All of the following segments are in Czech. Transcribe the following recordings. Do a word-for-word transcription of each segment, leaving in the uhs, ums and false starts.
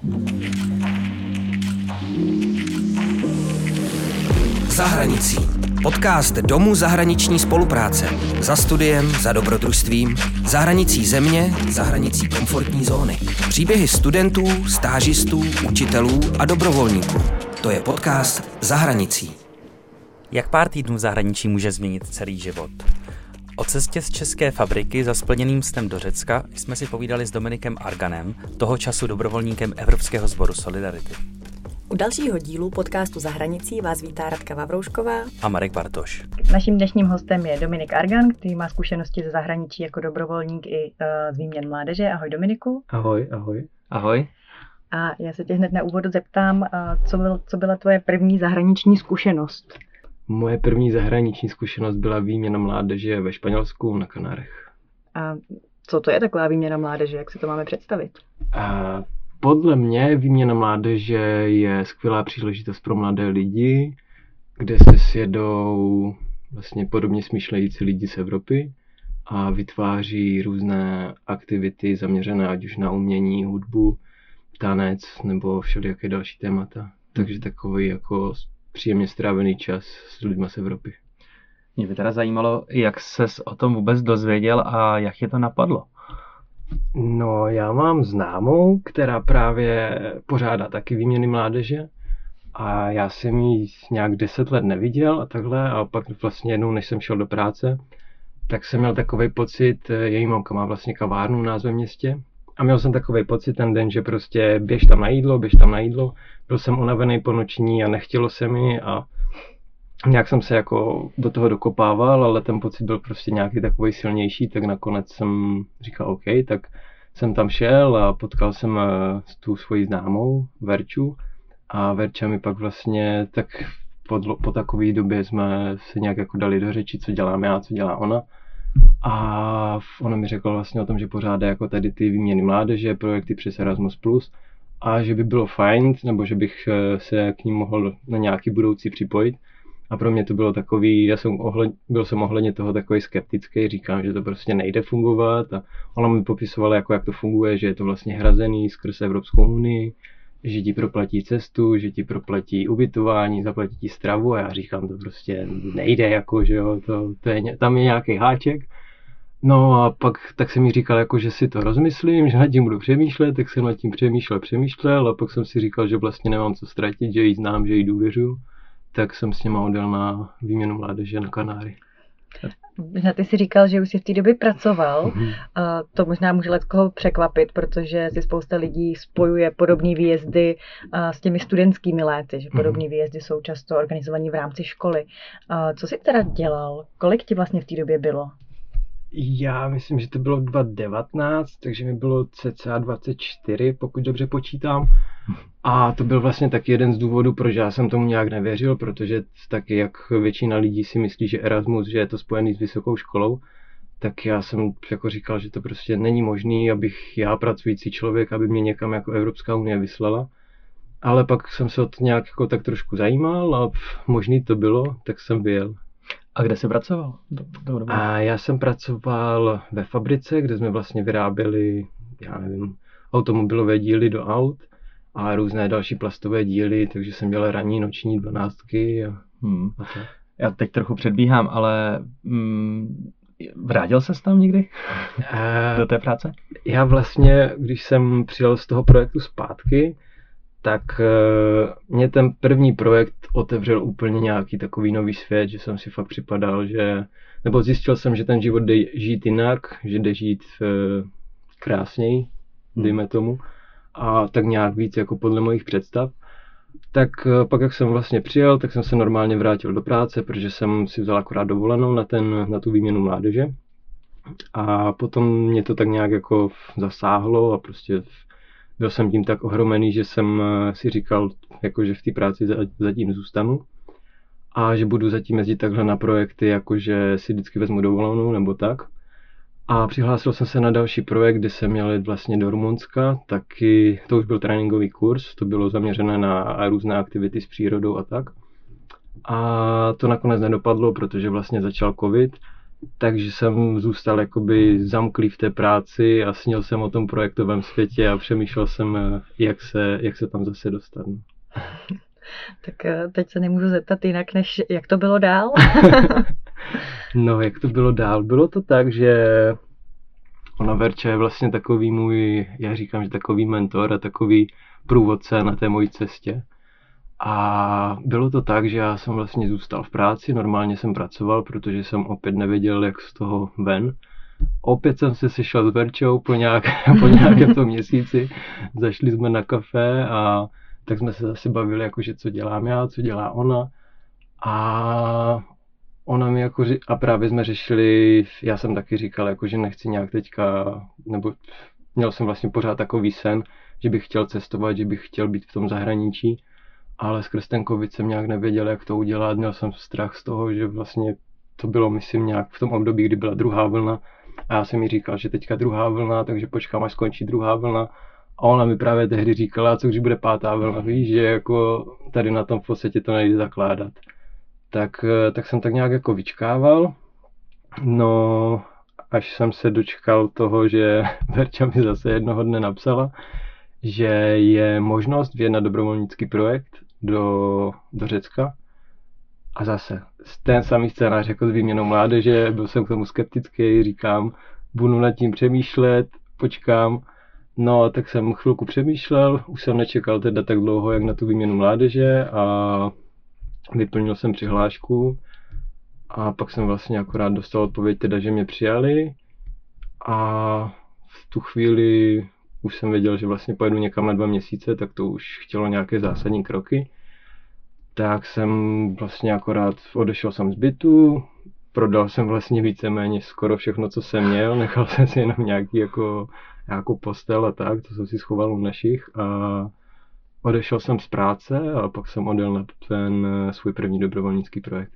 Za hranicí. Podcast Domu zahraniční spolupráce. Za studiem, za dobrodružstvím, za hranicí země, za hranicí komfortní zóny. Příběhy studentů, stážistů, učitelů a dobrovolníků. To je podcast Za hranicí. Jak pár týdnů v zahraničí může změnit celý život? O cestě z české fabriky za splněným snem do Řecka jsme si povídali s Dominikem Arganem, toho času dobrovolníkem Evropského sboru Solidarity. U dalšího dílu podcastu Za hranicí vás vítá Radka Vavroušková a Marek Bartoš. Naším dnešním hostem je Dominik Argan, který má zkušenosti ze zahraničí jako dobrovolník i uh, z výměn mládeže. Ahoj Dominiku. Ahoj, ahoj. Ahoj. A já se tě hned na úvodu zeptám, uh, co, byl, co byla tvoje první zahraniční zkušenost? Moje první zahraniční zkušenost byla výměna mládeže ve Španělsku na Kanárech. A co to je taková výměna mládeže, jak si to máme představit? A podle mě výměna mládeže je skvělá příležitost pro mladé lidi, kde se sjedou vlastně podobně smýšlející lidi z Evropy a vytváří různé aktivity zaměřené ať už na umění, hudbu, tanec nebo všelijaké další témata. Takže takový jako příjemně strávený čas s lidmi z Evropy. Mě by teda zajímalo, jak ses o tom vůbec dozvěděl a jak je to napadlo. No, já mám známou, která právě pořádá taky výměny mládeže a já jsem ji nějak deset let neviděl a takhle a pak vlastně jednou, než jsem šel do práce, tak jsem měl takovej pocit, její mamka má vlastně kavárnu u nás ve městě a měl jsem takovej pocit ten den, že prostě běž tam na jídlo, běž tam na jídlo, byl jsem unavený po noční a nechtělo se mi a nějak jsem se jako do toho dokopával, ale ten pocit byl prostě nějaký takový silnější, tak nakonec jsem říkal OK, tak jsem tam šel a potkal jsem tu svoji známou Verču a Verča mi pak vlastně tak po, po takové době jsme se nějak jako dali do řeči, co dělám já, co dělá ona a ona mi řekla vlastně o tom, že pořádá jako tady ty výměny mládeže, projekty přes Erasmus plus a že by bylo fajn, nebo že bych se k ním mohl na nějaký budoucí připojit. A pro mě to bylo takový, já jsem ohled, byl jsem ohledně toho takový skeptický, říkám, že to prostě nejde fungovat a ona mi popisovala, jako jak to funguje, že je to vlastně hrazený skrz Evropskou unii, že ti proplatí cestu, že ti proplatí ubytování, zaplatí ti stravu a já říkám, to prostě nejde, jako, že jo, to, to je, tam je nějaký háček. No a pak tak jsem mi říkal, jako, že si to rozmyslím, že nad tím budu přemýšlet, tak jsem nad tím přemýšlel, přemýšlel a pak jsem si říkal, že vlastně nemám co ztratit, že ji znám, že ji důvěřuju. Tak jsem s něma odjel na výměnu mládeže na Kanáry. Možná ty jsi říkal, že už jsi v té době pracoval. Mm-hmm. A to možná může leckoho překvapit, protože si spousta lidí spojuje podobné výjezdy s těmi studentskými léty, že podobné mm-hmm. výjezdy jsou často organizované v rámci školy. A co jsi teda dělal? Kolik ti vlastně v té době bylo? Já myslím, že to bylo dva tisíce devatenáct, takže mi bylo cca dvacet čtyři, pokud dobře počítám. A to byl vlastně taky jeden z důvodů, proč já jsem tomu nějak nevěřil, protože taky jak většina lidí si myslí, že Erasmus, že je to spojený s vysokou školou, tak já jsem jako říkal, že to prostě není možný, abych já, pracující člověk, aby mě někam jako Evropská unie vyslala. Ale pak jsem se o to nějak jako tak trošku zajímal a možný to bylo, tak jsem vyjel. A kde jsi pracoval? A já jsem pracoval ve fabrice, kde jsme vlastně vyráběli, já nevím, automobilové díly do aut a různé další plastové díly, takže jsem dělal ranní, noční dvanáctky. A, hmm. a já teď trochu předbíhám, ale mm, vrátil ses tam někdy do té práce? Já vlastně, když jsem přijel z toho projektu zpátky, tak mě ten první projekt otevřel úplně nějaký takový nový svět, že jsem si fakt připadal, že, nebo zjistil jsem, že ten život jde žít jinak, že jde žít krásněji, dejme tomu, a tak nějak víc jako podle mojich představ. Tak pak, jak jsem vlastně přijel, tak jsem se normálně vrátil do práce, protože jsem si vzal akorát dovolenou na, ten, na tu výměnu mládeže. A potom mě to tak nějak jako zasáhlo a prostě byl jsem tím tak ohromený, že jsem si říkal, jako, že v té práci zatím zůstanu a že budu zatím jezdit takhle na projekty, jakože si vždycky vezmu dovolenou nebo tak. A přihlásil jsem se na další projekt, kde jsem měl jít vlastně do Rumunska, taky to už byl tréninkový kurz, to bylo zaměřené na různé aktivity s přírodou a tak. A to nakonec nedopadlo, protože vlastně začal covid takže jsem zůstal jakoby zamklý v té práci a snil jsem o tom projektovém světě a přemýšlel jsem, jak se, jak se tam zase dostat. Tak teď se nemůžu zeptat jinak, než jak to bylo dál? No, jak to bylo dál? Bylo to tak, že ona Verča je vlastně takový můj, já říkám, že takový mentor a takový průvodce na té mojí cestě. A bylo to tak, že já jsem vlastně zůstal v práci, normálně jsem pracoval, protože jsem opět nevěděl, jak z toho ven. Opět jsem se sešel s Verčou po, nějak, po nějakém tom měsíci, zašli jsme na kafe a tak jsme se zase bavili, jakože co dělám já, co dělá ona. A ona mi jako, a právě jsme řešili, já jsem taky říkal, jako, že nechci nějak teďka, nebo měl jsem vlastně pořád takový sen, že bych chtěl cestovat, že bych chtěl být v tom zahraničí, ale skrz ten covid jsem nějak nevěděl, jak to udělat, měl jsem strach z toho, že vlastně to bylo, myslím, nějak v tom období, kdy byla druhá vlna a já jsem jí říkal, že teďka druhá vlna, takže počkám, až skončí druhá vlna. A ona mi právě tehdy říkala, co když bude pátá vlna, víš, že jako tady na tom v podstatě to nejde zakládat. Tak, tak jsem tak nějak jako vyčkával, no až jsem se dočkal toho, že Verča mi zase jednoho dne napsala, že je možnost vyjednat dobrovolnický projekt do, do Řecka. A zase ten samý scénář jako s výměnou mládeže, byl jsem k tomu skeptický, říkám, budu nad tím přemýšlet, počkám. No, tak jsem chvilku přemýšlel, už jsem nečekal teda tak dlouho, jak na tu výměnu mládeže a vyplnil jsem přihlášku a pak jsem vlastně akorát dostal odpověď teda, že mě přijali a v tu chvíli už jsem věděl, že vlastně pojedu někam na dva měsíce, tak to už chtělo nějaké zásadní kroky. Tak jsem vlastně akorát odešel jsem z bytu, prodal jsem vlastně víceméně skoro všechno, co jsem měl, nechal jsem si jenom nějaký jako nějakou postel a tak, to jsem si schoval u našich a odešel jsem z práce a pak jsem odjel na ten svůj první dobrovolnický projekt.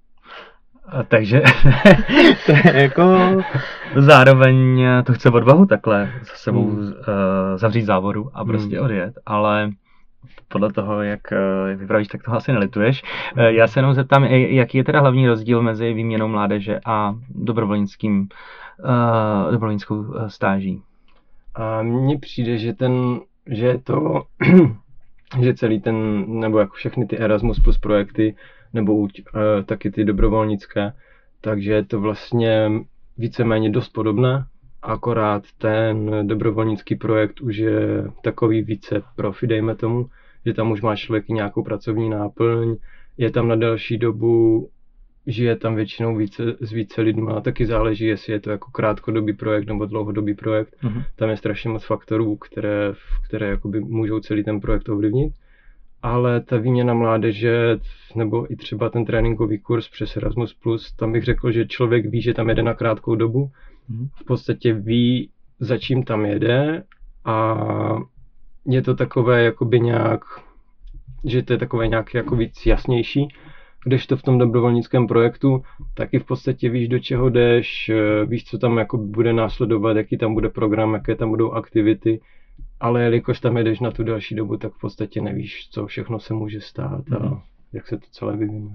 A takže to je jako zároveň to chce odvahu takhle za sebou hmm. uh, zavřít závodu a prostě hmm. odjet, ale podle toho, jak uh, vypravíš, tak toho asi nelituješ. Uh, já se jenom zeptám, jaký je teda hlavní rozdíl mezi výměnou mládeže a dobrovolnickým, uh, dobrovolnickou uh, stáží? A mně přijde, že ten, že to, že celý ten, nebo jako všechny ty Erasmus plus projekty, nebo uh, taky ty dobrovolnické, takže je to vlastně víceméně dost podobné, akorát ten dobrovolnický projekt už je takový více profi, dejme tomu, že tam už má člověk nějakou pracovní náplň, je tam na delší dobu, žije tam většinou více, s více lidma, taky záleží, jestli je to jako krátkodobý projekt nebo dlouhodobý projekt. Mm-hmm. Tam je strašně moc faktorů, které, které jakoby můžou celý ten projekt ovlivnit. Ale ta výměna mládeže, nebo i třeba ten tréninkový kurz přes Erasmus plus, tam bych řekl, že člověk ví, že tam jede na krátkou dobu. Mm-hmm. V podstatě ví, za čím tam jede a je to takové jakoby nějak, že to je takové nějak jako víc jasnější. Kdežto v tom dobrovolnickém projektu, taky v podstatě víš, do čeho jdeš, víš, co tam jako bude následovat, jaký tam bude program, jaké tam budou aktivity, ale jelikož tam jedeš na tu další dobu, tak v podstatě nevíš, co všechno se může stát a mm. jak se to celé vyvine.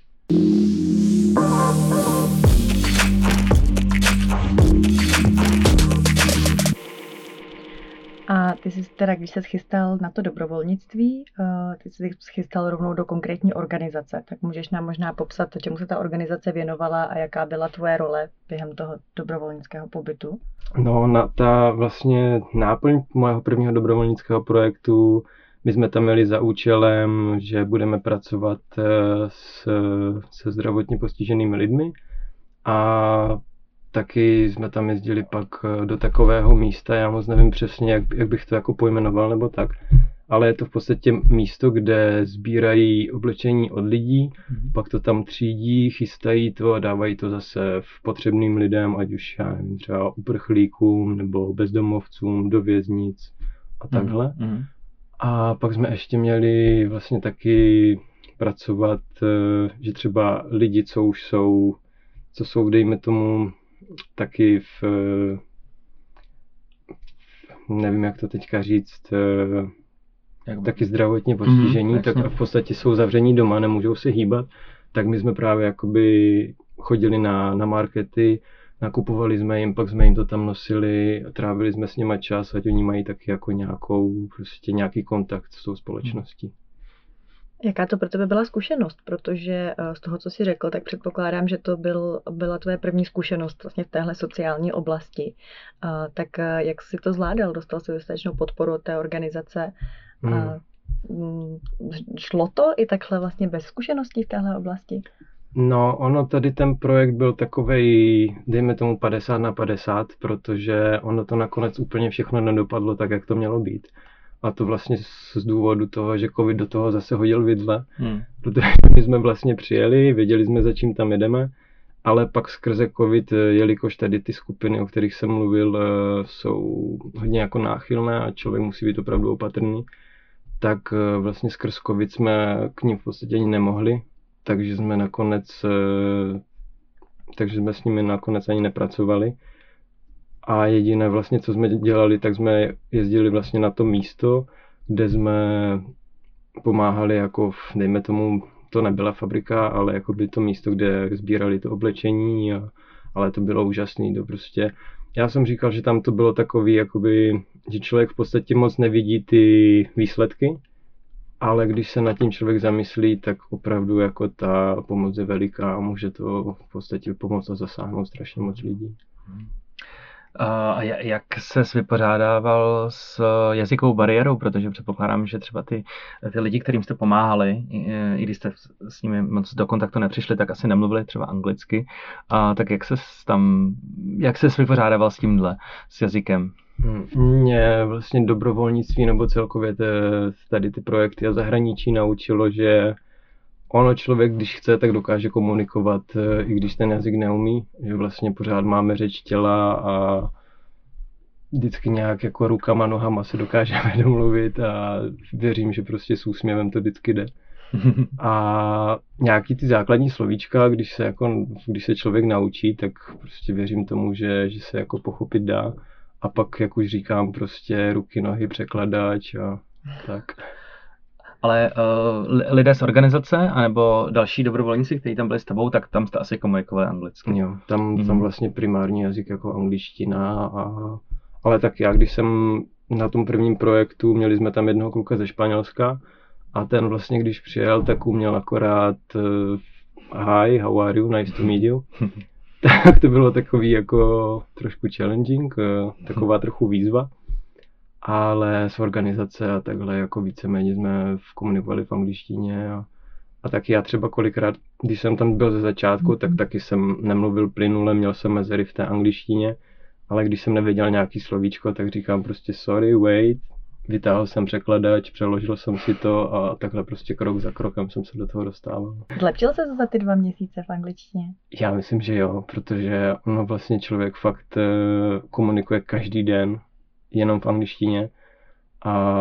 A ty jsi teda, když se chystal na to dobrovolnictví, ty jsi se chystal rovnou do konkrétní organizace, tak můžeš nám možná popsat, čemu se ta organizace věnovala a jaká byla tvoje role během toho dobrovolnického pobytu? No, na ta vlastně náplň mého prvního dobrovolnického projektu, my jsme tam měli za účelem, že budeme pracovat s, se zdravotně postiženými lidmi a taky jsme tam jezdili pak do takového místa, já moc nevím přesně, jak, jak bych to jako pojmenoval nebo tak, ale je to v podstatě místo, kde sbírají oblečení od lidí, mm-hmm. pak to tam třídí, chystají to a dávají to zase v potřebným lidem, ať už já nevím, třeba uprchlíkům nebo bezdomovcům, do věznic a takhle. Mm-hmm. A pak jsme ještě měli vlastně taky pracovat, že třeba lidi, co už jsou, co jsou, dejme tomu, taky v, nevím, jak to teďka říct, jak taky zdravotně postižení, mm, tak v podstatě jsou zavření doma, nemůžou se hýbat, tak my jsme právě jakoby chodili na, na markety, nakupovali jsme jim, pak jsme jim to tam nosili, trávili jsme s nima čas, ať oni mají taky jako nějakou, prostě nějaký kontakt s tou společností. Jaká to pro tebe byla zkušenost? Protože z toho, co jsi řekl, tak předpokládám, že to byl, byla tvoje první zkušenost vlastně v téhle sociální oblasti. Tak jak jsi to zvládal? Dostal jsi dostatečnou podporu od té organizace? Hmm. Šlo to i takhle vlastně bez zkušeností v téhle oblasti? No, ono tady ten projekt byl takovej, dejme tomu padesát na padesát, protože ono to nakonec úplně všechno nedopadlo tak, jak to mělo být. A to vlastně z důvodu toho, že covid do toho zase hodil vidle. Hmm. Protože my jsme vlastně přijeli, věděli jsme, za čím tam jedeme, ale pak skrze covid, jelikož tady ty skupiny, o kterých jsem mluvil, jsou hodně jako náchylné a člověk musí být opravdu opatrný, tak vlastně skrz covid jsme k nim v podstatě ani nemohli, takže jsme nakonec, takže jsme s nimi nakonec ani nepracovali. A jediné vlastně, co jsme dělali, tak jsme jezdili vlastně na to místo, kde jsme pomáhali jako, dejme tomu, to nebyla fabrika, ale jako by to místo, kde sbírali to oblečení, a, ale to bylo úžasný, to prostě. Já jsem říkal, že tam to bylo takový, jakoby, že člověk v podstatě moc nevidí ty výsledky, ale když se nad tím člověk zamyslí, tak opravdu jako ta pomoc je veliká a může to v podstatě pomoct a zasáhnout strašně moc lidí. A jak ses vypořádával s jazykovou bariérou, protože předpokládám, že třeba ty, ty lidi, kterým jste pomáhali, i když jste s nimi moc do kontaktu nepřišli, tak asi nemluvili třeba anglicky. A tak jak ses tam, jak ses vypořádával s tímhle, s jazykem? Mě vlastně dobrovolnictví nebo celkově te, tady ty projekty a zahraničí naučilo, že ono člověk, když chce, tak dokáže komunikovat, i když ten jazyk neumí, že vlastně pořád máme řeč těla a vždycky nějak jako rukama, nohama se dokážeme domluvit a věřím, že prostě s úsměvem to vždycky jde. A nějaký ty základní slovíčka, když se, jako, když se člověk naučí, tak prostě věřím tomu, že, že se jako pochopit dá. A pak, jak už říkám, prostě ruky, nohy, překladač a tak. Ale uh, lidé z organizace, anebo další dobrovolníci, kteří tam byli s tebou, tak tam jste asi komunikovali anglicky. Jo, tam, mm-hmm. tam vlastně primární jazyk jako angličtina, a, ale tak já, když jsem na tom prvním projektu, měli jsme tam jednoho kluka ze Španělska a ten vlastně, když přijel, tak uměl akorát uh, hi, how are you, nice to meet you. Tak to bylo takový jako trošku challenging, uh, taková trochu výzva. Ale z organizace a takhle jako víceméně jsme komunikovali v angličtině a, a taky já třeba kolikrát, když jsem tam byl ze začátku, tak taky jsem nemluvil plynule, měl jsem mezery v té angličtině, ale když jsem nevěděl nějaký slovíčko, tak říkám prostě sorry, wait, vytáhl jsem překladač, přeložil jsem si to a takhle prostě krok za krokem jsem se do toho dostával. Zlepšil se za ty dva měsíce v angličtině? Já myslím, že jo, protože ono vlastně člověk fakt komunikuje každý den, jenom v angličtině a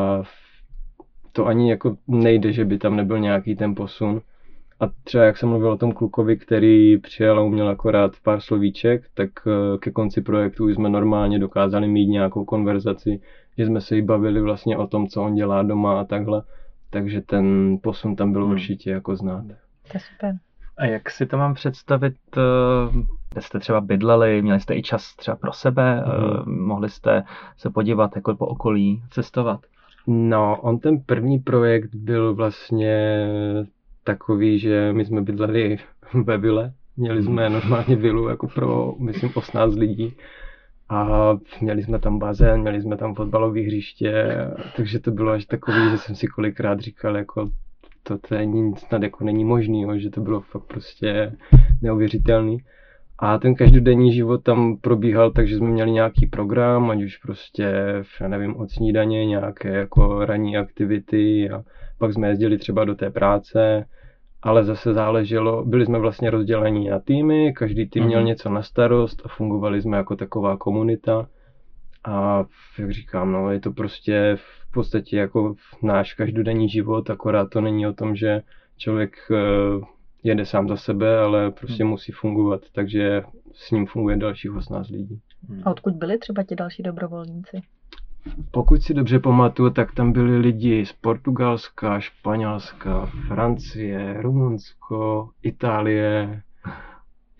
to ani jako nejde, že by tam nebyl nějaký ten posun. A třeba jak jsem mluvil o tom klukovi, který přijel a uměl akorát pár slovíček, tak ke konci projektu jsme normálně dokázali mít nějakou konverzaci, že jsme se jí bavili vlastně o tom, co on dělá doma a takhle. Takže ten posun tam byl hmm. určitě jako znát. To je super. A jak si to mám představit, kde jste třeba bydleli, měli jste i čas třeba pro sebe, mm. mohli jste se podívat jako po okolí, cestovat? No, on ten první projekt byl vlastně takový, že my jsme bydleli ve vile, měli jsme normálně vilu jako pro, myslím, osmnáct lidí a měli jsme tam bazén, měli jsme tam fotbalové hřiště, takže to bylo až takový, že jsem si kolikrát říkal, jako to, to je nic, snad jako není možný, jo, že to bylo fakt prostě neuvěřitelný. A ten každodenní život tam probíhal, takže jsme měli nějaký program, ať už prostě, já nevím, od snídaně, nějaké jako ranní aktivity a pak jsme jezdili třeba do té práce, ale zase záleželo, byli jsme vlastně rozdělení na týmy, každý tým mm-hmm. měl něco na starost a fungovali jsme jako taková komunita. A jak říkám, no, je to prostě v podstatě jako náš každodenní život, akorát to není o tom, že člověk jede sám za sebe, ale prostě hmm. musí fungovat, takže s ním funguje dalších osmnáct lidí. A odkud byli třeba ti další dobrovolníci? Pokud si dobře pamatuju, tak tam byli lidi z Portugalska, Španělska, Francie, Rumunsko, Itálie,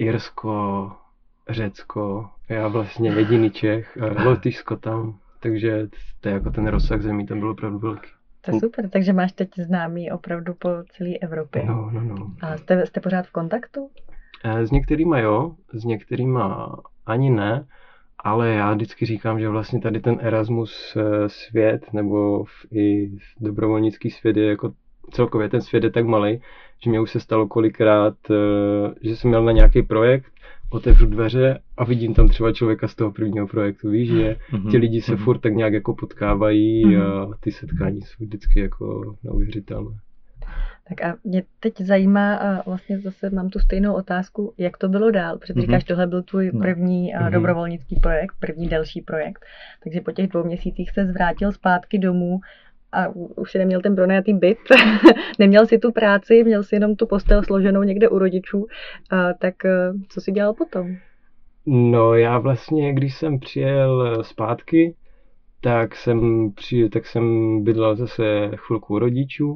Irsko, Řecko, já vlastně jediný Čech, Lotyšsko tam, takže to je jako ten rozsah zemí, tam byl opravdu velký. To je super, takže máš teď známý opravdu po celé Evropě. No, no, no. A jste, jste pořád v kontaktu? S některýma jo, s některýma ani ne, ale já vždycky říkám, že vlastně tady ten Erasmus svět, nebo i dobrovolnický svět je jako celkově ten svět je tak malý, že mě už se stalo kolikrát, že jsem měl na nějaký projekt, otevřu dveře a vidím tam třeba člověka z toho prvního projektu, víš, že ti lidi se furt tak nějak jako potkávají a ty setkání jsou vždycky jako neuvěřitelné. Tak a mě teď zajímá, a vlastně zase mám tu stejnou otázku, jak to bylo dál, protože ty mm-hmm. říkáš, tohle byl tvůj první no. dobrovolnický projekt, první delší projekt, takže po těch dvou měsících se zvrátil zpátky domů a už si neměl ten pronajatý byt, neměl si tu práci, měl si jenom tu postel složenou někde u rodičů, a tak co jsi dělal potom? No já vlastně, když jsem přijel zpátky, tak jsem, při, tak jsem bydlel zase chvilku u rodičů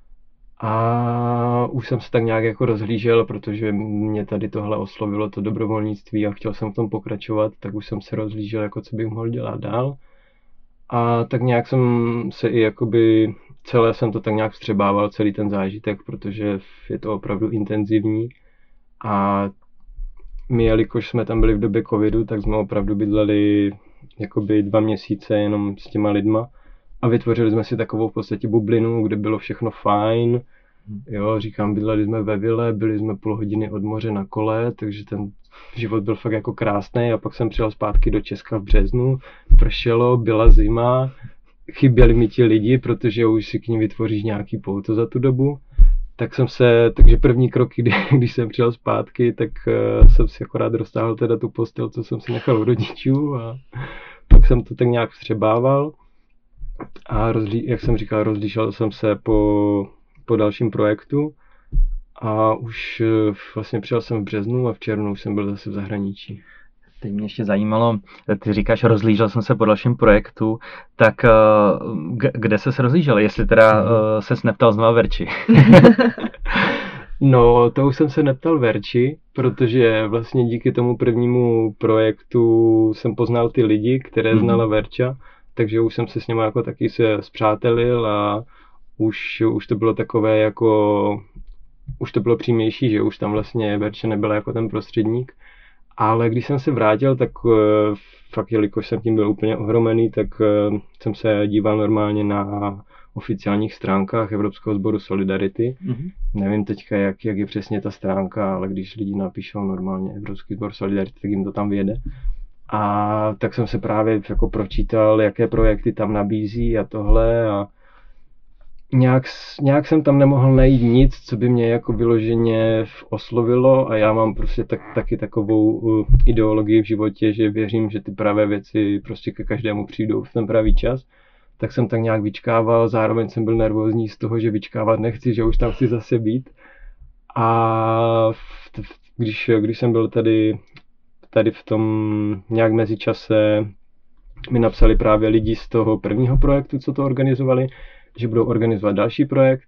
a už jsem se tak nějak jako rozhlížel, protože mě tady tohle oslovilo, to dobrovolnictví a chtěl jsem v tom pokračovat, tak už jsem se rozhlížel, jako co bych mohl dělat dál. A tak nějak jsem se i jakoby, celé jsem to tak nějak vstřebával, celý ten zážitek, protože je to opravdu intenzivní. A my, jelikož jsme tam byli v době covidu, tak jsme opravdu bydleli jakoby dva měsíce jenom s těma lidma. A vytvořili jsme si takovou v podstatě bublinu, kde bylo všechno fajn. Jo, říkám, bydleli jsme ve vile, byli jsme půl hodiny od moře na kole, takže ten život byl fakt jako krásný. A pak jsem přijel zpátky do Česka v březnu, pršelo, byla zima, chyběli mi ti lidi, protože už si k nim vytvoříš nějaký pouto za tu dobu. Tak jsem se, takže první kroky, kdy, když jsem přijel zpátky, tak uh, jsem si akorát roztáhl teda tu postel, co jsem si nechal u rodičů a pak jsem to tak nějak vstřebával. A rozlí, jak jsem říkal, rozlížel jsem se po, po dalším projektu a už vlastně přijel jsem v březnu a v červnu už jsem byl zase v zahraničí. Teď mě ještě zajímalo, ty říkáš, rozlížel jsem se po dalším projektu, tak kde ses rozlížel, jestli teda hmm. ses neptal znova Verči? No, to už jsem se neptal Verči, protože vlastně díky tomu prvnímu projektu jsem poznal ty lidi, které znala Verča. Takže už jsem se s nimi jako taky se spřátelil a už, už to bylo takové jako, už to bylo přímější, že už tam vlastně Verča nebyla jako ten prostředník. Ale když jsem se vrátil, tak fakt, jelikož jsem tím byl úplně ohromený, tak jsem se díval normálně na oficiálních stránkách Evropského sboru Solidarity. Mm-hmm. Nevím teďka, jak, jak je přesně ta stránka, ale když lidi napíšou normálně Evropský sbor Solidarity, tak jim to tam vyjede. A tak jsem se právě jako pročítal, jaké projekty tam nabízí a tohle a nějak, nějak jsem tam nemohl najít nic, co by mě jako vyloženě oslovilo a já mám prostě tak, taky takovou uh, ideologii v životě, že věřím, že ty pravé věci prostě ke každému přijdou v ten pravý čas. Tak jsem tak nějak vyčkával, zároveň jsem byl nervózní z toho, že vyčkávat nechci, že už tam chci zase být. A v, v, když, když jsem byl tady tady v tom nějak mezičase mi napsali právě lidi z toho prvního projektu, co to organizovali, že budou organizovat další projekt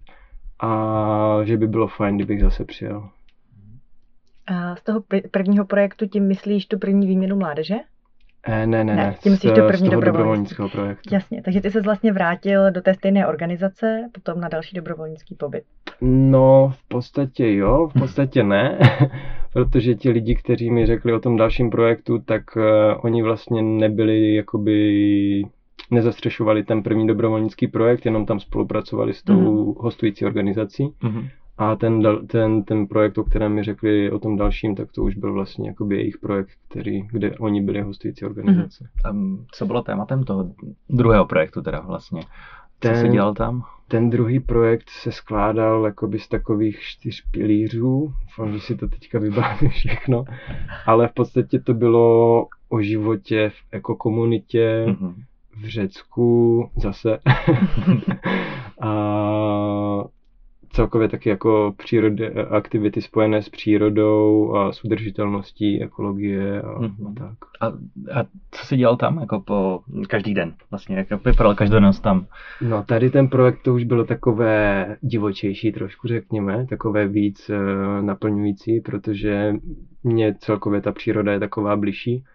a že by bylo fajn, kdybych zase přijel. A z toho prvního projektu tím myslíš tu první výměnu mládeže? Ne, ne, ne, ne tím myslíš z, tu první z toho dobrovolnického projektu. Jasně, takže ty se vlastně vrátil do té stejné organizace, potom na další dobrovolnický pobyt. No, v podstatě jo, v podstatě ne, protože ti lidi, kteří mi řekli o tom dalším projektu, tak uh, oni vlastně nebyli, jakoby nezastřešovali ten první dobrovolnický projekt, jenom tam spolupracovali s tou mm-hmm. hostující organizací. Mm-hmm. A ten, ten, ten projekt, o kterém mi řekli o tom dalším, tak to už byl vlastně jakoby jejich projekt, který, kde oni byli hostující organizace. Mm-hmm. A co bylo tématem toho druhého projektu teda vlastně? Co ten, jsi dělal tam? Ten druhý projekt se skládal jakoby z takových čtyř pilířů. Doufám, že si to teďka vybavím všechno. Ale v podstatě to bylo o životě v ekokomunitě, mm-hmm. v Řecku zase. A celkově taky jako přírody, aktivity spojené s přírodou a s udržitelností, ekologie a, mm-hmm. a tak. A, a co jsi dělal tam, jako po každý den? Vlastně, jak vypadal každodennost tam? No tady ten projekt to už bylo takové divočejší trošku, řekněme, takové víc uh, naplňující, protože mě celkově ta příroda je taková bližší.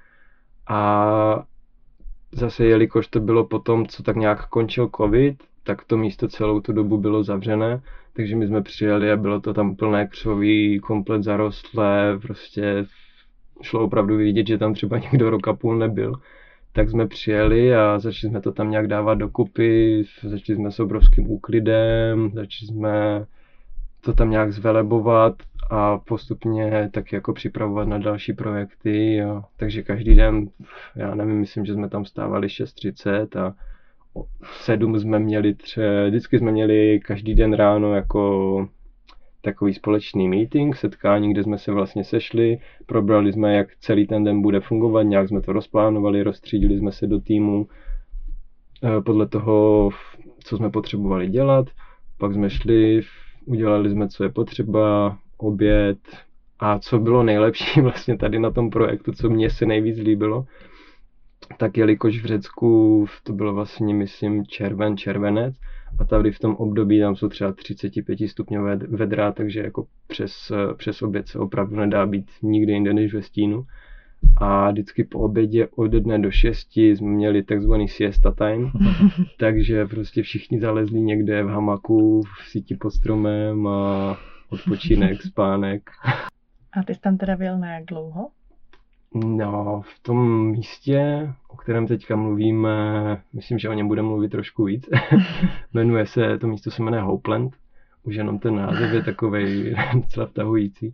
A zase, jelikož to bylo potom, co tak nějak končil covid, tak to místo celou tu dobu bylo zavřené, takže my jsme přijeli a bylo to tam plné křoví, komplet zarostlé, prostě šlo opravdu vidět, že tam třeba někdo rok a půl nebyl. Tak jsme přijeli a začali jsme to tam nějak dávat dokupy, začali jsme s obrovským úklidem, začali jsme to tam nějak zvelebovat a postupně tak jako připravovat na další projekty. A, takže každý den, já nevím, myslím, že jsme tam stávali šest třicet a sedm jsme měli tře, vždycky jsme měli každý den ráno jako takový společný meeting, setkání, kde jsme se vlastně sešli, probrali jsme, jak celý ten den bude fungovat, nějak jsme to rozplánovali, rozstřídili jsme se do týmu podle toho, co jsme potřebovali dělat, pak jsme šli, udělali jsme, co je potřeba, oběd a co bylo nejlepší vlastně tady na tom projektu, co mně se nejvíc líbilo, tak jelikož v Řecku to bylo vlastně, myslím, červen, červenec a tady v tom období tam jsou třeba třicet pět stupňové vedra, takže jako přes, přes oběd se opravdu nedá být nikde jinde než ve stínu. A vždycky po obědě od dne do šesti jsme měli takzvaný siesta time, takže prostě všichni zalezli někde v hamaku, v síti pod stromem a odpočinek, spánek. A ty jsi tam teda byl na jak dlouho? No, v tom místě, o kterém teďka mluvíme, myslím, že o něm budeme mluvit trošku víc. Jmenuje se, to místo se jmenuje Hopeland. Už jenom ten název je takovej docela vtahující.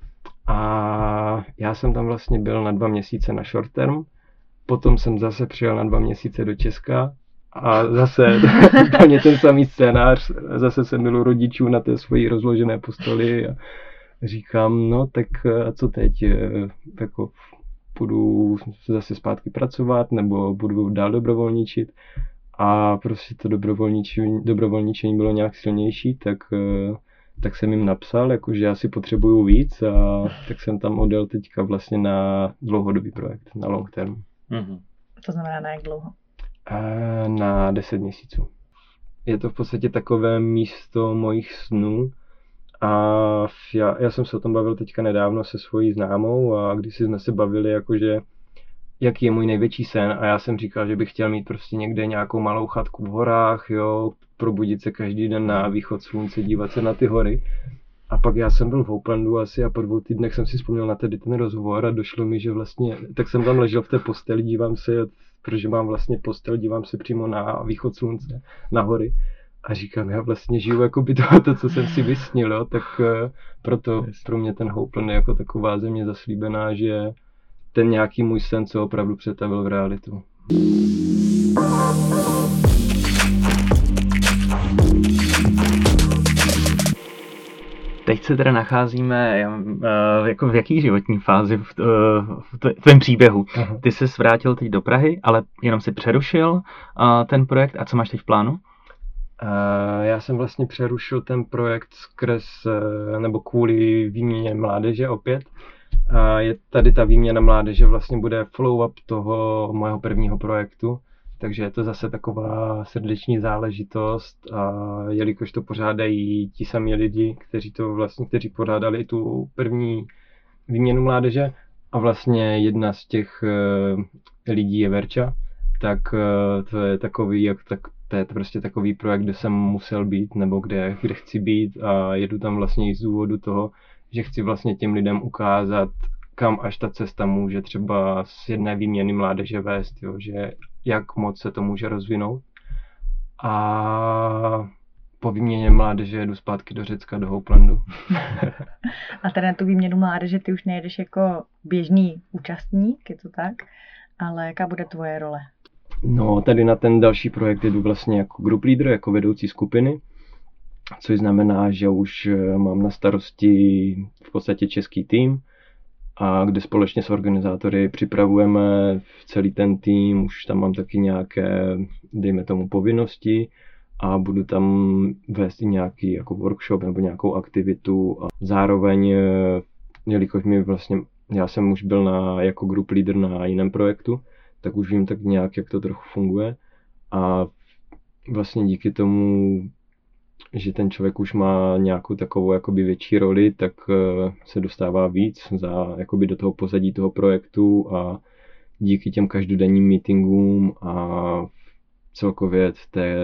A já jsem tam vlastně byl na dva měsíce na short term, potom jsem zase přijel na dva měsíce do Česka a zase úplně ten samý scénář, zase jsem byl u rodičů na té svojí rozložené posteli a říkám, no tak a co teď, jako budu zase zpátky pracovat nebo budu dál dobrovolničit a prostě to dobrovolničení, dobrovolničení bylo nějak silnější, tak, tak jsem jim napsal, jakože já si potřebuju víc a tak jsem tam odjel teďka vlastně na dlouhodobý projekt, na long term. Mm-hmm. To znamená na jak dlouho? Na deset měsíců. Je to v podstatě takové místo mojich snů. A já, já jsem se o tom bavil teďka nedávno se svojí známou a když jsme se bavili, jakože jaký je můj největší sen a já jsem říkal, že bych chtěl mít prostě někde nějakou malou chatku v horách, jo, probudit se každý den na východ slunce, dívat se na ty hory. A pak já jsem byl v Hopelandu asi a po dvou týdnech jsem si vzpomněl na tedy ten rozhovor a došlo mi, že vlastně, tak jsem tam ležel v té posteli, dívám se, protože mám vlastně postel, dívám se přímo na východ slunce, na hory. A říkám, já vlastně žiju jako by to, to co jsem si vysnil, jo? Tak uh, proto pro mě ten Hopeland je jako taková země zaslíbená, že ten nějaký můj sen se opravdu přetavil v realitu. Teď se teda nacházíme uh, jako v jaký životní fázi v, uh, v tvém příběhu. Aha. Ty jsi vrátil teď do Prahy, ale jenom si přerušil uh, ten projekt a co máš teď v plánu? Uh, já jsem vlastně přerušil ten projekt skrz, uh, nebo kvůli výměně mládeže opět. Uh, je tady ta výměna mládeže vlastně bude follow-up toho mého prvního projektu, takže je to zase taková srdeční záležitost a jelikož to pořádají ti samí lidi, kteří to vlastně, kteří pořádali tu první výměnu mládeže a vlastně jedna z těch uh, lidí je Verča, tak uh, to je takový, jak tak to je prostě takový projekt, kde jsem musel být, nebo kde, kde chci být a jedu tam vlastně i z důvodu toho, že chci vlastně těm lidem ukázat, kam až ta cesta může třeba z jedné výměny mládeže vést, jo, že jak moc se to může rozvinout. A po výměně mládeže jedu zpátky do Řecka, do Hopelandu. A teda na tu výměnu mládeže ty už nejedeš jako běžný účastník, je to tak? Ale jaká bude tvoje role? No, tady na ten další projekt jdu vlastně jako group leader, jako vedoucí skupiny, což znamená, že už mám na starosti v podstatě český tým, a kde společně s organizátory připravujeme celý ten tým, už tam mám taky nějaké, dejme tomu, povinnosti a budu tam vést i nějaký jako workshop nebo nějakou aktivitu a zároveň, jelikož mi vlastně, já jsem už byl na, jako group leader na jiném projektu, tak už vím tak nějak, jak to trochu funguje a vlastně díky tomu, že ten člověk už má nějakou takovou jakoby větší roli, tak se dostává víc za, jakoby do toho pozadí toho projektu a díky těm každodenním meetingům a celkově té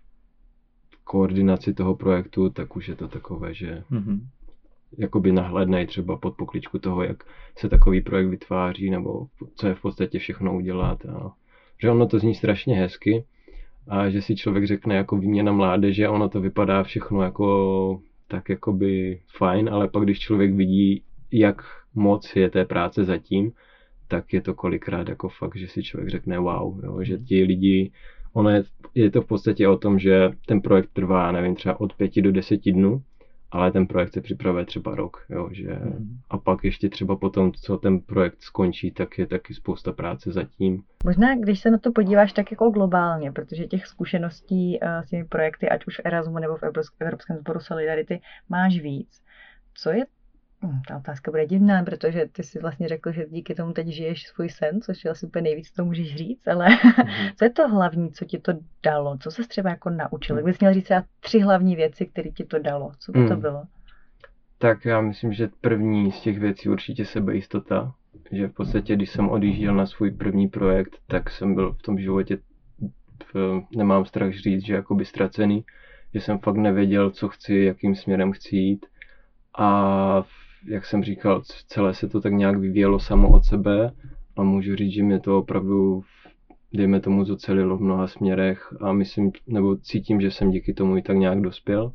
koordinaci toho projektu, tak už je to takové, že mm-hmm. jakoby nahlédnej třeba pod pokličku toho, jak se takový projekt vytváří, nebo co je v podstatě všechno udělat. A že ono to zní strašně hezky a že si člověk řekne jako výměna mládeže, ono to vypadá všechno jako tak jakoby fajn, ale pak když člověk vidí, jak moc je té práce zatím, tak je to kolikrát jako fakt, že si člověk řekne wow, jo, že ti lidi, ono je, je to v podstatě o tom, že ten projekt trvá, nevím, třeba od pěti do deseti dnů, ale ten projekt se připravuje třeba rok, jo, že mm. a pak ještě třeba potom, co ten projekt skončí, tak je taky spousta práce zatím. Možná, když se na to podíváš tak jako globálně, protože těch zkušeností uh, s těmi projekty, ať už v Erasmu nebo v Evropském sboru Solidarity, máš víc. Co je Ta otázka bude divná, protože ty si vlastně řekl, že díky tomu teď žiješ svůj sen, což je asi úplně nejvíc, co můžeš říct, ale mm-hmm. co je to hlavní, co ti to dalo? Co ses třeba jako naučil? Jak bys měl říct třeba tři hlavní věci, které ti to dalo? Co by mm. to bylo? Tak já myslím, že první z těch věcí určitě sebejistota. Že v podstatě, když jsem odjížděl na svůj první projekt, tak jsem byl v tom životě, v, nemám strach říct, že jakoby ztracený, že jsem fakt nevěděl, co chci, jakým směrem chci jít. A jak jsem říkal, celé se to tak nějak vyvíjelo samo od sebe a můžu říct, že mě to opravdu, dejme tomu, zocelilo v mnoha směrech a myslím, nebo cítím, že jsem díky tomu i tak nějak dospěl.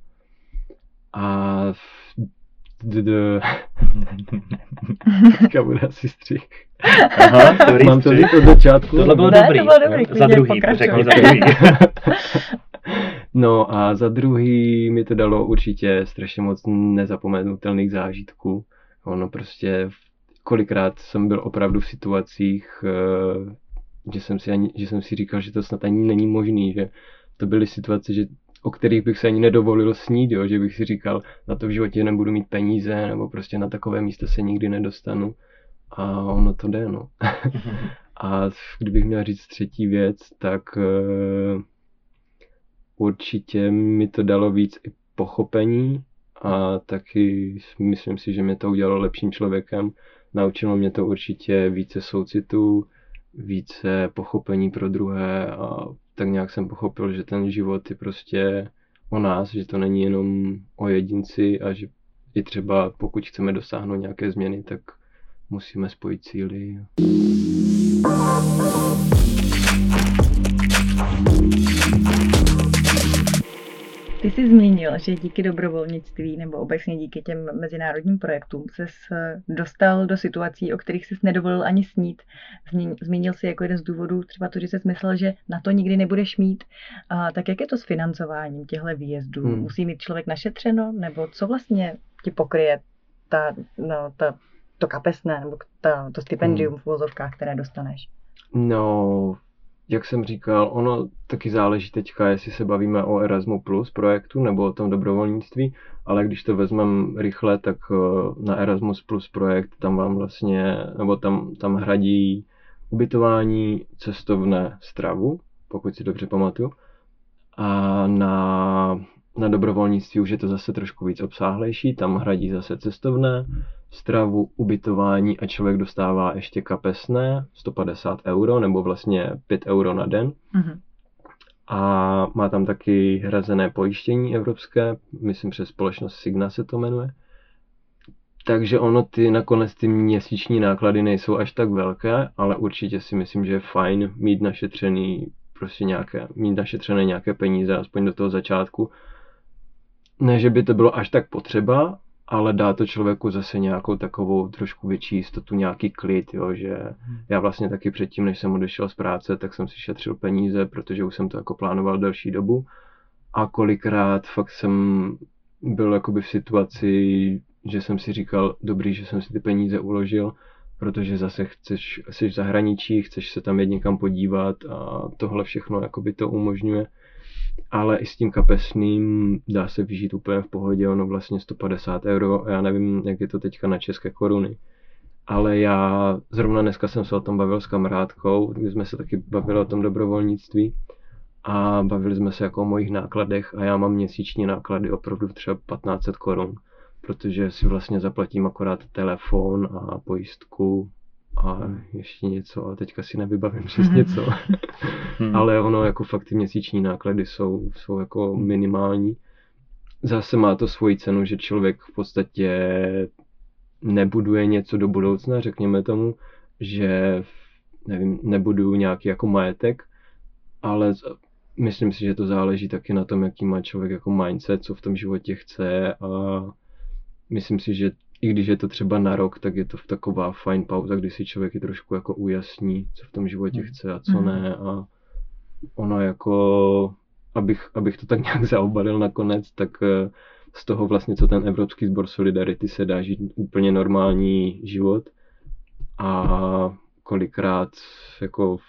A teďka bude asi střih. Aha, dobrý mám to střih. říct od začátku. Tohle bylo Ne, dobrý. to bylo dobrý, Za druhý, řekni za druhý. No a za druhý mi to dalo určitě strašně moc nezapomenutelných zážitků. Ono prostě, kolikrát jsem byl opravdu v situacích, že jsem si, ani, že jsem si říkal, že to snad ani není možný, že to byly situace, že, o kterých bych se ani nedovolil snít, jo, že bych si říkal, na to v životě nebudu mít peníze, nebo prostě na takové místo se nikdy nedostanu. A ono to jde, no. A kdybych měl říct třetí věc, tak určitě mi to dalo víc i pochopení a taky myslím si, že mě to udělalo lepším člověkem. Naučilo mě to určitě více soucitu, více pochopení pro druhé a tak nějak jsem pochopil, že ten život je prostě o nás, že to není jenom o jedinci a že i třeba pokud chceme dosáhnout nějaké změny, tak musíme spojit síly. Ty jsi zmínil, že díky dobrovolnictví nebo obecně díky těm mezinárodním projektům ses dostal do situací, o kterých jsi nedovolil ani snít. Zmínil jsi jako jeden z důvodů třeba to, že jsi myslel, že na to nikdy nebudeš mít. A tak jak je to s financováním těchto výjezdů? Hmm. Musí mít člověk našetřeno? Nebo co vlastně ti pokryje ta, no, ta, to kapesné nebo ta, to stipendium hmm. v uvozovkách, které dostaneš? No... Jak jsem říkal, ono taky záleží teďka, jestli se bavíme o Erasmus Plus projektu nebo o tom dobrovolnictví, ale když to vezmeme rychle, tak na Erasmus Plus projekt tam vám vlastně, nebo tam, tam hradí ubytování, cestovné, stravu, pokud si dobře pamatuju. A na, na dobrovolnictví už je to zase trošku víc obsáhlejší, tam hradí zase cestovné, stravu, ubytování a člověk dostává ještě kapesné, sto padesát euro, nebo vlastně pět euro na den. Mm-hmm. A má tam taky hrazené pojištění evropské, myslím přes společnost Signa se to jmenuje. Takže ono ty nakonec ty měsíční náklady nejsou až tak velké, ale určitě si myslím, že je fajn mít našetřený prostě nějaké, mít našetřené nějaké peníze, aspoň do toho začátku. Ne, že by to bylo až tak potřeba, ale dá to člověku zase nějakou takovou trošku větší jistotu, nějaký klid, jo, že já vlastně taky předtím, než jsem odešel z práce, tak jsem si šetřil peníze, protože už jsem to jako plánoval delší dobu a kolikrát fakt jsem byl jakoby v situaci, že jsem si říkal, dobrý, že jsem si ty peníze uložil, protože zase chceš, jsi v zahraničí, chceš se tam jet někam podívat a tohle všechno jakoby to umožňuje. ale i s tím kapesným dá se vyžít úplně v pohodě, ono vlastně sto padesát euro, já nevím, jak je to teďka na české koruny. Ale já zrovna dneska jsem se o tom bavil s kamarádkou, kdy jsme se taky bavili o tom dobrovolnictví a bavili jsme se jako o mojich nákladech a já mám měsíční náklady opravdu třeba patnáct set korun, protože si vlastně zaplatím akorát telefon a pojistku a ještě něco, a teďka si nevybavím přesně co. Ale ono jako fakt ty měsíční náklady jsou, jsou jako minimální. Zase má to svoji cenu, že člověk v podstatě nebuduje něco do budoucna, řekněme tomu, že nevím, nebuduju nějaký jako majetek, ale myslím si, že to záleží taky na tom, jaký má člověk jako mindset, co v tom životě chce, a myslím si, že i když je to třeba na rok, tak je to v taková fajn pauza, kdy si člověk i trošku jako ujasní, co v tom životě chce a co ne, a ono jako, abych, abych to tak nějak zaobalil nakonec, tak z toho vlastně, co ten Evropský sbor Solidarity, se dá žít úplně normální život a kolikrát jako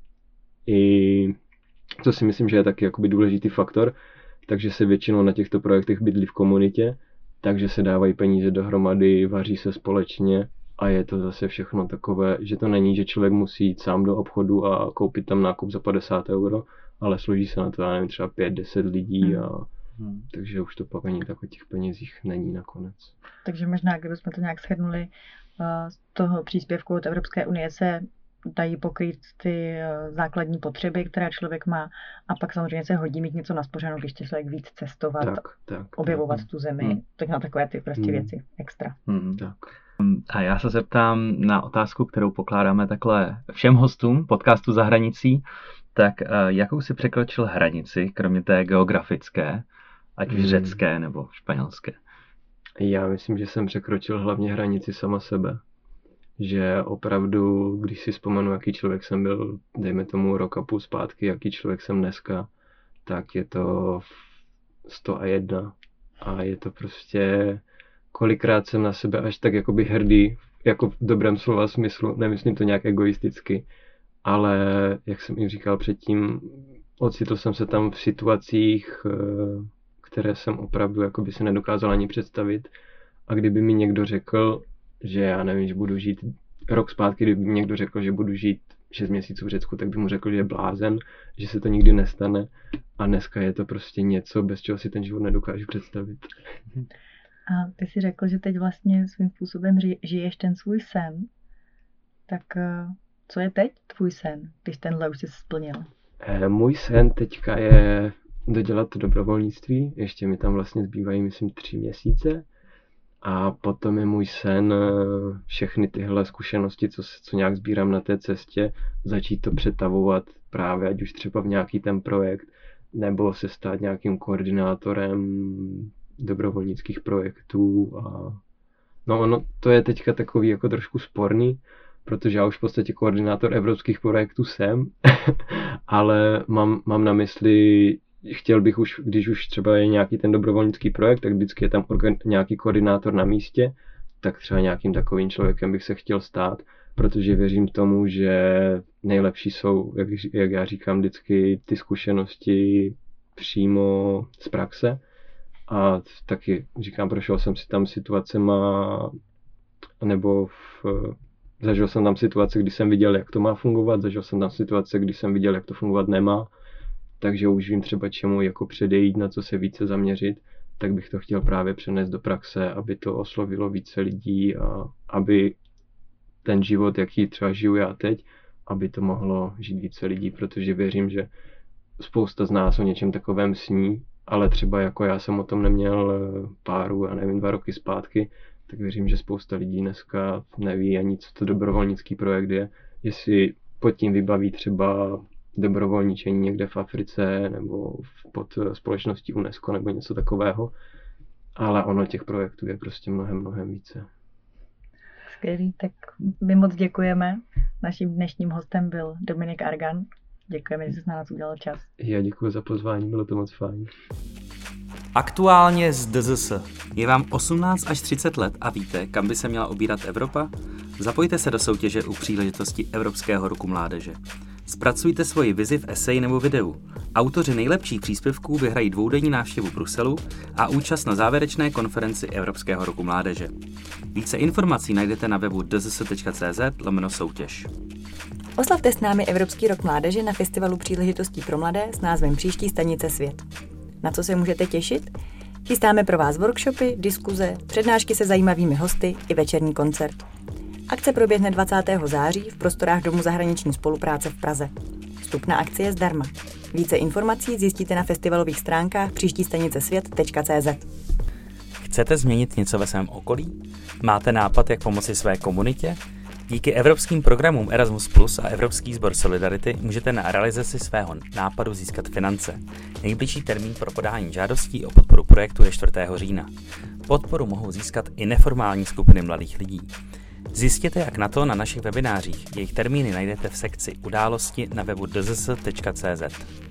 i, to si myslím, že je taky jakoby důležitý faktor, takže se většinou na těchto projektech bydlí v komunitě, takže se dávají peníze dohromady, vaří se společně a je to zase všechno takové, že to není, že člověk musí jít sám do obchodu a koupit tam nákup za padesát euro, ale složí se na to, já nevím, třeba pět deset lidí a Hmm. takže už to pak ani tak o těch penězích není nakonec. Takže možná, kdybychom to nějak shrnuli, z toho příspěvku od Evropské unie se dají pokrýt ty základní potřeby, které člověk má, a pak samozřejmě se hodí mít něco naspořeno, když chce člověk víc cestovat, tak, tak, objevovat tak. tu zemi, hmm. tak na takové ty prostě hmm. věci extra. Hmm. Tak. A já se zeptám na otázku, kterou pokládáme takhle všem hostům podcastu Za hranicí, tak jakou si překročil hranici, kromě té geografické, ať už řecké nebo španělské? Já myslím, že jsem překročil hlavně hranici sama sebe. Že opravdu, když si vzpomenu, jaký člověk jsem byl, dejme tomu rok a půl zpátky, jaký člověk jsem dneska, tak je to sto a jedna. A je to prostě, kolikrát jsem na sebe až tak jakoby hrdý, jako v dobrém slova smyslu, nemyslím to nějak egoisticky, ale jak jsem i říkal předtím, ocitl jsem se tam v situacích, které jsem opravdu jakoby si nedokázal ani představit. A kdyby mi někdo řekl, že já nevím, že budu žít rok zpátky, kdyby mi někdo řekl, že budu žít šest měsíců v Řecku, tak by mu řekl, že je blázen, že se to nikdy nestane. A dneska je to prostě něco, bez čeho si ten život nedokážu představit. A ty jsi řekl, že teď vlastně svým způsobem žiješ ten svůj sen. Tak co je teď tvůj sen, když tenhle už jsi splnil? Eh, můj sen teďka je dodělat to dobrovolnictví. Ještě mi tam vlastně zbývají, myslím, tři měsíce. A potom je můj sen všechny tyhle zkušenosti, co, co nějak sbírám na té cestě, začít to přetavovat právě, ať už třeba v nějaký ten projekt, nebo se stát nějakým koordinátorem dobrovolnických projektů. A no ono, to je teďka takový jako trošku sporný, protože já už v podstatě koordinátor evropských projektů jsem, ale mám, mám na mysli, chtěl bych už, když už třeba je nějaký ten dobrovolnický projekt, tak vždycky je tam organ, nějaký koordinátor na místě, tak třeba nějakým takovým člověkem bych se chtěl stát, protože věřím tomu, že nejlepší jsou, jak, jak já říkám vždycky, ty zkušenosti přímo z praxe. A taky říkám, prošel jsem si tam situacema, nebo v, zažil jsem tam situace, kdy jsem viděl, jak to má fungovat, zažil jsem tam situace, kdy jsem viděl, jak to fungovat nemá. Takže už vím třeba čemu jako předejít, na co se více zaměřit, tak bych to chtěl právě přenést do praxe, aby to oslovilo více lidí a aby ten život, jaký třeba žiju já teď, aby to mohlo žít více lidí, protože věřím, že spousta z nás o něčem takovém sní, ale třeba jako já jsem o tom neměl páru, já nevím, dva roky zpátky, tak věřím, že spousta lidí dneska neví ani, co to dobrovolnický projekt je, jestli pod tím vybaví třeba dobrovolničení někde v Africe nebo pod společností UNESCO nebo něco takového, ale ono těch projektů je prostě mnohem, mnohem více. Skvělý, tak my moc děkujeme. Naším dnešním hostem byl Dominik Argan. Děkujeme, že jsi na nás udělal čas. Já děkuji za pozvání, bylo to moc fajn. Aktuálně z D Z S. Je vám osmnáct až třicet let a víte, kam by se měla obírat Evropa? Zapojte se do soutěže u příležitosti Evropského roku mládeže. Zpracujte svoji vizi v eseji nebo videu. Autoři nejlepších příspěvků vyhrají dvoudenní návštěvu Bruselu a účast na závěrečné konferenci Evropského roku mládeže. Více informací najdete na webu d z s tečka c z lomeno soutěž. Oslavte s námi Evropský rok mládeže na festivalu příležitostí pro mladé s názvem Příští stanice svět. Na co se můžete těšit? Chystáme pro vás workshopy, diskuze, přednášky se zajímavými hosty i večerní koncert. Akce proběhne dvacátého září v prostorách Domu zahraniční spolupráce v Praze. Vstup na akci je zdarma. Více informací zjistíte na festivalových stránkách příští stanice svět tečka c z. Chcete změnit něco ve svém okolí? Máte nápad, jak pomoci své komunitě? Díky evropským programům Erasmus plus a Evropský sbor Solidarity můžete na realizaci svého nápadu získat finance. Nejbližší termín pro podání žádostí o podporu projektu je čtvrtého října. Podporu mohou získat i neformální skupiny mladých lidí. Zjistěte, jak na to na našich webinářích. Jejich termíny najdete v sekci Události na webu d z s tečka c z.